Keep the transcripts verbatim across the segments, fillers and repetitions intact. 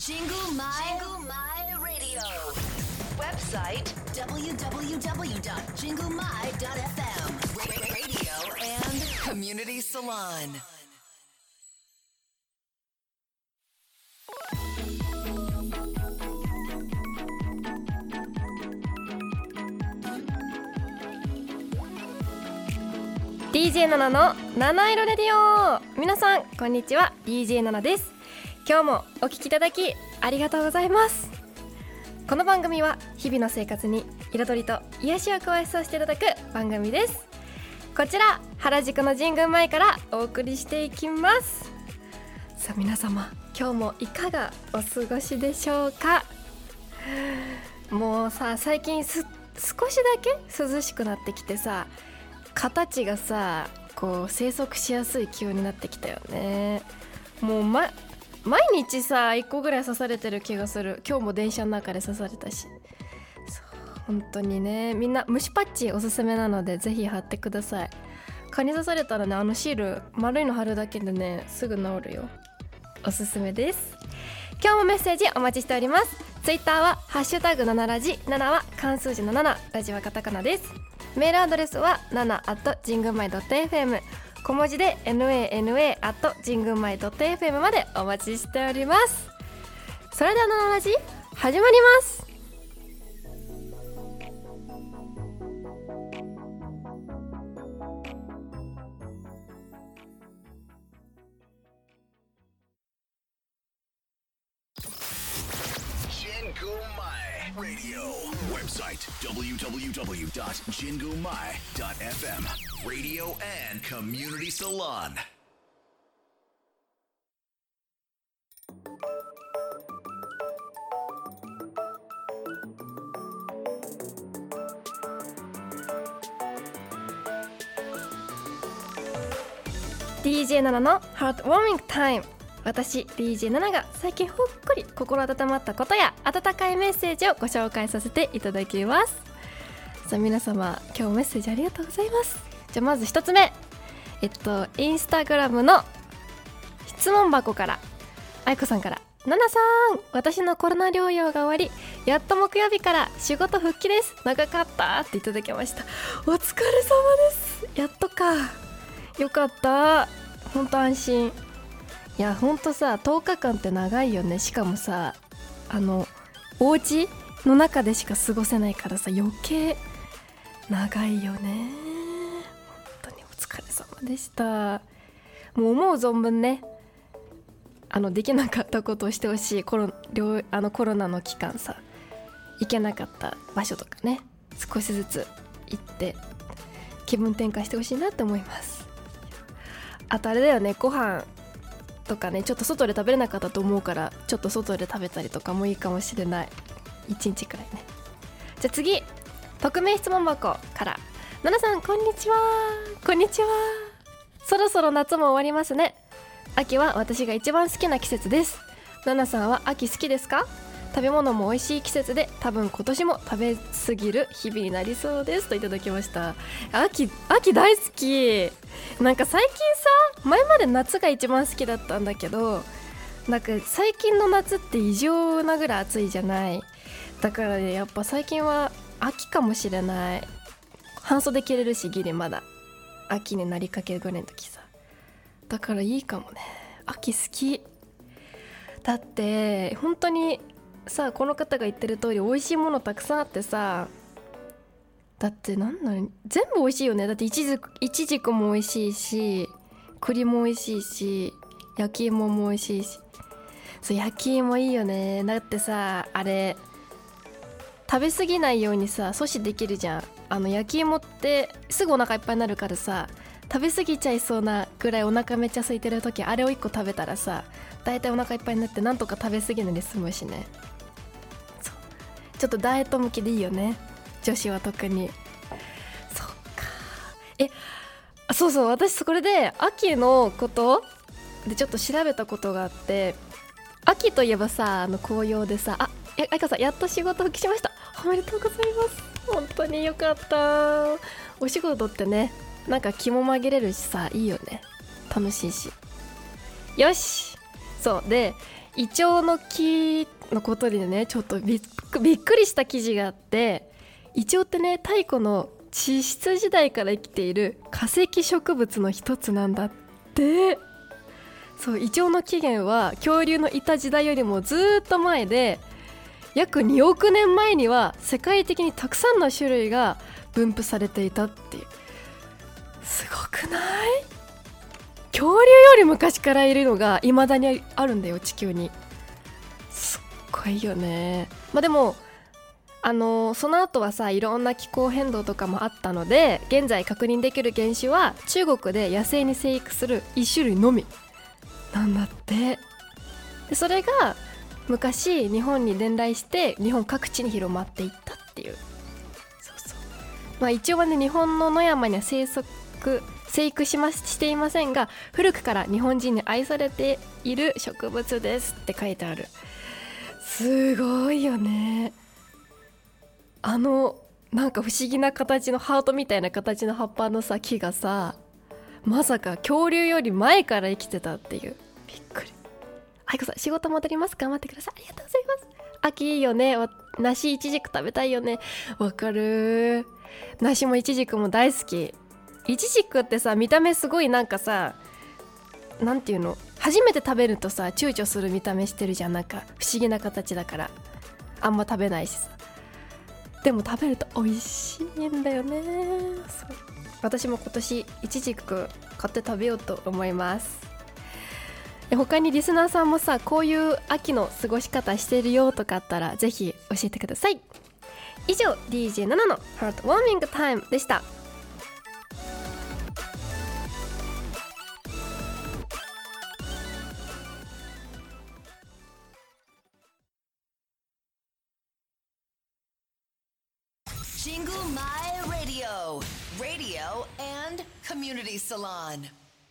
Jingle My, Jingle My Radio. Website double-u double-u double-u dot jingle my dot f m. Radio and Community Salon. ディージェー ナナの七色レディオ。皆さんこんにちは、 ディージェー ナナです。今日もお聞きいただきありがとうございます。この番組は日々の生活に彩りと癒しを加えさせていただく番組です。こちら原宿の神宮前からお送りしていきます。さあ皆様、今日もいかがお過ごしでしょうか。もうさ、最近す少しだけ涼しくなってきてさ、形がさこう生息しやすい気温になってきたよね。もう、ま、毎日さいっこぐらい刺されてる気がする。今日も電車の中で刺されたし。そう本当にね、みんな虫パッチおすすめなのでぜひ貼ってください。蚊に刺されたらね、あのシール丸いの貼るだけでねすぐ治るよ。おすすめです。今日もメッセージお待ちしております。ツイッターはハッシュタグななラジ、ななは漢数字のなな、ラジはカタカナです。メールアドレスは ナナ アット ジングマイ ドット エフエム、 小文字で ナナ アット ジングマイ ドット エフエム までお待ちしております。それではナナラジ始まります。 Radio. Website double-u double-u double-u dot jingle my dot f m. Radio and Community Salon. ディージェー ナナの Heartwarming Time。私 ディージェー ナナが最近ほっこり心温まったことや温かいメッセージをご紹介させていただきます。さあ皆様、今日もメッセージありがとうございます。じゃあまず一つ目、えっとインスタグラムの質問箱から、あいこさんから、ナナさん、私のコロナ療養が終わり、やっと木曜日から仕事復帰です。長かったっていただきました。お疲れ様です。やっとか。よかった。ほんと安心。いやほんとさ、とおかかんって長いよね。しかもさ、あのお家の中でしか過ごせないからさ、余計長いよね。本当にお疲れ様でした。もう思う存分ね、あのできなかったことをしてほしい。コロ、あのコロナの期間さ、行けなかった場所とかね、少しずつ行って気分転換してほしいなって思います。あとあれだよね、ご飯とかね、ちょっと外で食べれなかったと思うから、ちょっと外で食べたりとかもいいかもしれない。いちにちくらいね。じゃあ次、匿名質問箱から、ナナさんこんにちは。こんにちは。そろそろ夏も終わりますね。秋は私が一番好きな季節です。ナナさんは秋好きですか？食べ物も美味しい季節で、多分今年も食べ過ぎる日々になりそうです、といただきました。秋、秋大好き。なんか最近さ、前まで夏が一番好きだったんだけど、なんか最近の夏って異常なぐらい暑いじゃない。だからね、やっぱ最近は秋かもしれない。半袖着れるし、ギリまだ秋になりかけるぐらいの時さ。だからいいかもね。秋好きだって。本当にさあ、この方が言ってる通り美味しいものたくさんあってさ、だってなんなの、全部美味しいよね。だっていちじく、いちじくも美味しいし、栗も美味しいし、焼き芋も美味しいし。そう、焼き芋いいよね。だってさ、あれ食べ過ぎないようにさ阻止できるじゃん。あの焼き芋ってすぐお腹いっぱいになるからさ、食べ過ぎちゃいそうなぐらいお腹めっちゃ空いてる時、あれをいっこ食べたらさ、だいたいお腹いっぱいになって、なんとか食べ過ぎないで済むしね。ちょっとダイエット向きでいいよね、女子は特に。そっか。え、そうそう、私これで秋のことでちょっと調べたことがあって、秋といえばさ、あの紅葉でさ、あ、え、あいかさんやっと仕事復帰しました。おめでとうございます。本当によかった。お仕事ってね、なんか気も紛れるしさ、いいよね。楽しいし。よし。そうで、 イチョウの木のことでねちょっとびっく、びっくりした記事があって、イチョウってね太古の地質時代から生きている化石植物の一つなんだって。そう、イチョウの起源は恐竜のいた時代よりもずっと前で、約におくねんまえには世界的にたくさんの種類が分布されていたっていう。すごくない？恐竜より昔からいるのが未だにあるんだよ、地球に。すっごいよね。まあでもあのー、その後はさ、いろんな気候変動とかもあったので、現在確認できる原種は中国で野生に生育する一種類のみなんだって。でそれが昔日本に伝来して日本各地に広まっていったっていう。そうそう、まあ一応はね、日本の野山には生息生育しましていませんが、古くから日本人に愛されている植物ですって書いてある。すごいよね。あのなんか不思議な形のハートみたいな形の葉っぱのさ木がさ、まさか恐竜より前から生きてたっていう。びっくり。あいこさん仕事戻ります、頑張ってください。ありがとうございます。秋いいよね。梨いちじく食べたいよね。わかる。梨もいちじくも大好き。いちじくってさ、見た目すごいなんかさ、なんていうの、初めて食べるとさ躊躇する見た目してるじゃん。なんか不思議な形だからあんま食べないしさ。でも食べると美味しいんだよね。そう、私も今年いちじく買って食べようと思います。で他にリスナーさんもさ、こういう秋の過ごし方してるよとかあったらぜひ教えてください。以上 ディージェー ナナのハートウォーミングタイムでした。 Jingle My Radio, Radio and Community Salon.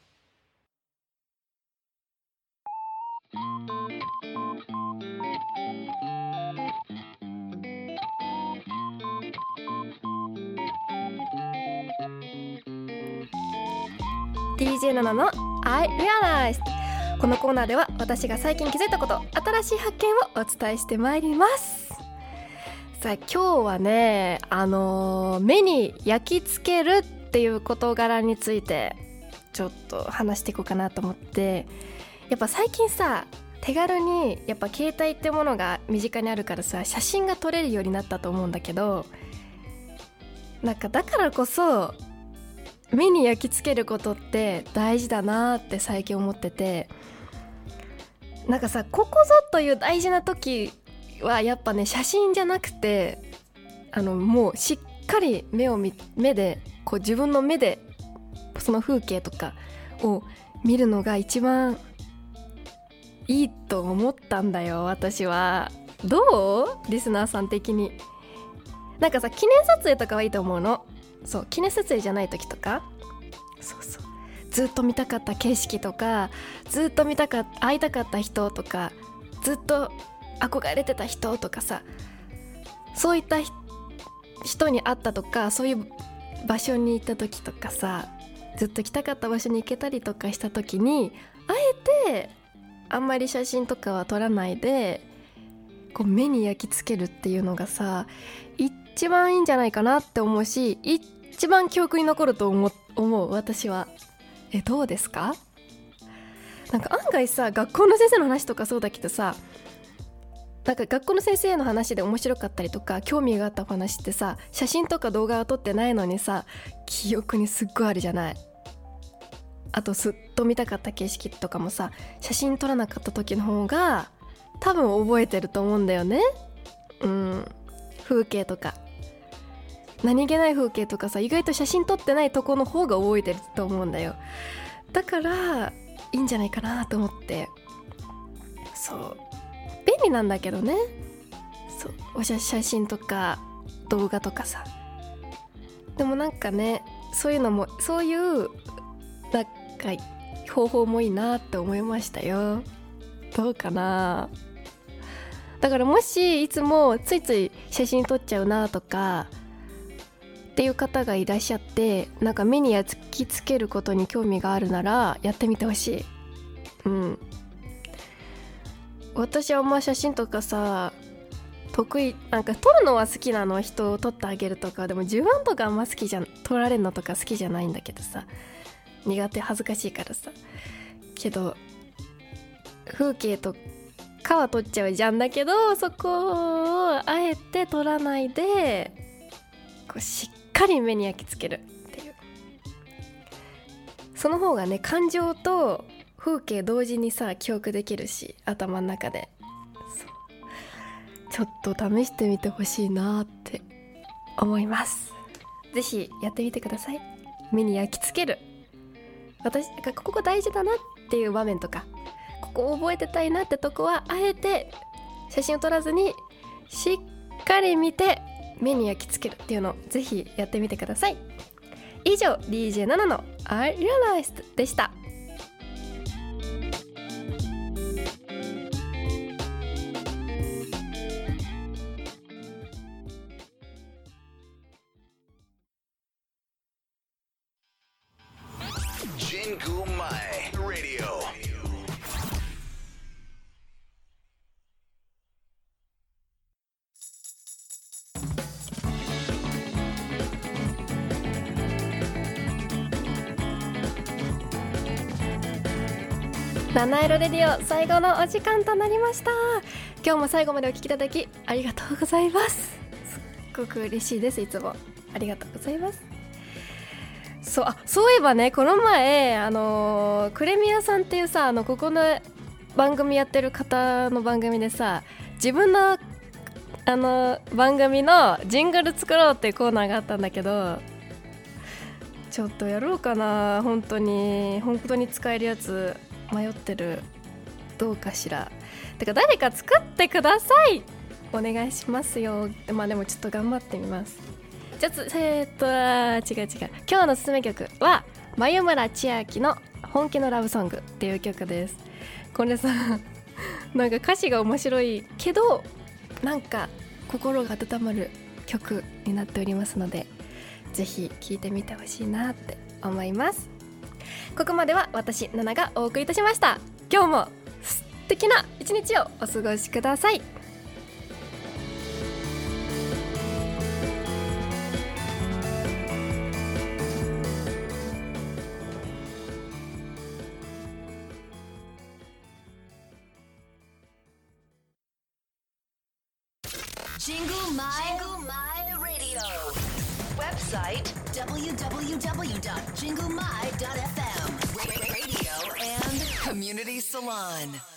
ディージェー ナナの I Realized。 このコーナーでは私が最近気づいたこと、新しい発見をお伝えしてまいります。さあ今日はね、あのー、目に焼き付けるっていう事柄についてちょっと話していこうかなと思って。やっぱ最近さ、手軽にやっぱ携帯ってものが身近にあるからさ、写真が撮れるようになったと思うんだけど、なんかだからこそ目に焼き付けることって大事だなって最近思ってて、なんかさ、ここぞという大事な時はやっぱね、写真じゃなくて、あのもうしっかり目を見目でこう自分の目でその風景とかを見るのが一番いいと思ったんだよ、私は。どう？リスナーさん的に。なんかさ、記念撮影とかはいいと思うの。そう、記念撮影じゃない時とか、そうそう、ずっと見たかった景色とか、ずっと見たかった会いたかった人とか、ずっと憧れてた人とかさ、そういった人に会ったとか、そういう場所に行った時とかさ、ずっと来たかった場所に行けたりとかした時に、あえてあんまり写真とかは撮らないでこう目に焼き付けるっていうのがさ、一番いいんじゃないかなって思うし、一番記憶に残ると思う、思う私は。え、どうですか？なんか案外さ、学校の先生の話とかそうだけどさ、なんか学校の先生の話で面白かったりとか興味があった話ってさ、写真とか動画は撮ってないのにさ、記憶にすっごいあるじゃない。あとずっと見たかった景色とかもさ、写真撮らなかった時の方が多分覚えてると思うんだよね。うん、風景とか何気ない風景とかさ、意外と写真撮ってないとこの方が覚えてると思うんだよ。だからいいんじゃないかなと思って。そう、便利なんだけどね。そう、お写真とか動画とかさ。でもなんかね、そういうのも、そういうなんか方法もいいなって思いましたよ。どうかな。だからもしいつもついつい写真撮っちゃうなとかっていう方がいらっしゃって、なんか目に焼き付けることに興味があるならやってみてほしい。うん。 私はあんま写真とかさ得意、なんか撮るのは好きなの、人を撮ってあげるとか。でも自分とかあんま好きじゃん、撮られるのとか好きじゃないんだけどさ、苦手、恥ずかしいからさ。けど風景とかは撮っちゃうじゃん。だけどそこをあえて撮らないでこうしっかり目に焼き付けるっていう、その方がね感情と風景同時にさ記憶できるし、頭の中で。ちょっと試してみてほしいなって思います。ぜひやってみてください。目に焼き付ける、私がここ大事だなっていう場面とか、ここを覚えてたいなってとこはあえて写真を撮らずにしっかり見て目に焼き付けるっていうのをぜひやってみてください。以上 ディージェー ナナの I Realized でした。 Jingu Mai Radio. 七色レディオ最後のお時間となりました。今日も最後までお聞きいただきありがとうございます。すっごく嬉しいです。いつもありがとうございます。そう、あ、そういえばね、この前あのー、クレミアさんっていうさ、あのここの番組やってる方の番組でさ、自分のあの番組のジングル作ろうっていうコーナーがあったんだけど、ちょっとやろうかな。本当に本当に使えるやつ迷ってる。どうかしら。てか誰か作ってください、お願いしますよ。まあでもちょっと頑張ってみます。じゃあえー、っと違う違う今日のおすすめ曲は眉村千秋の本気のラブソングっていう曲です。これさなんか歌詞が面白いけどなんか心が温まる曲になっておりますので、ぜひ聴いてみてほしいなって思います。ここまでは私ナナがお送りいたしました。今日も素敵な一日をお過ごしください。 Jingle My Radio. Website double-u double-u double-u dot jingle my dot f m. Radio and Community Salon.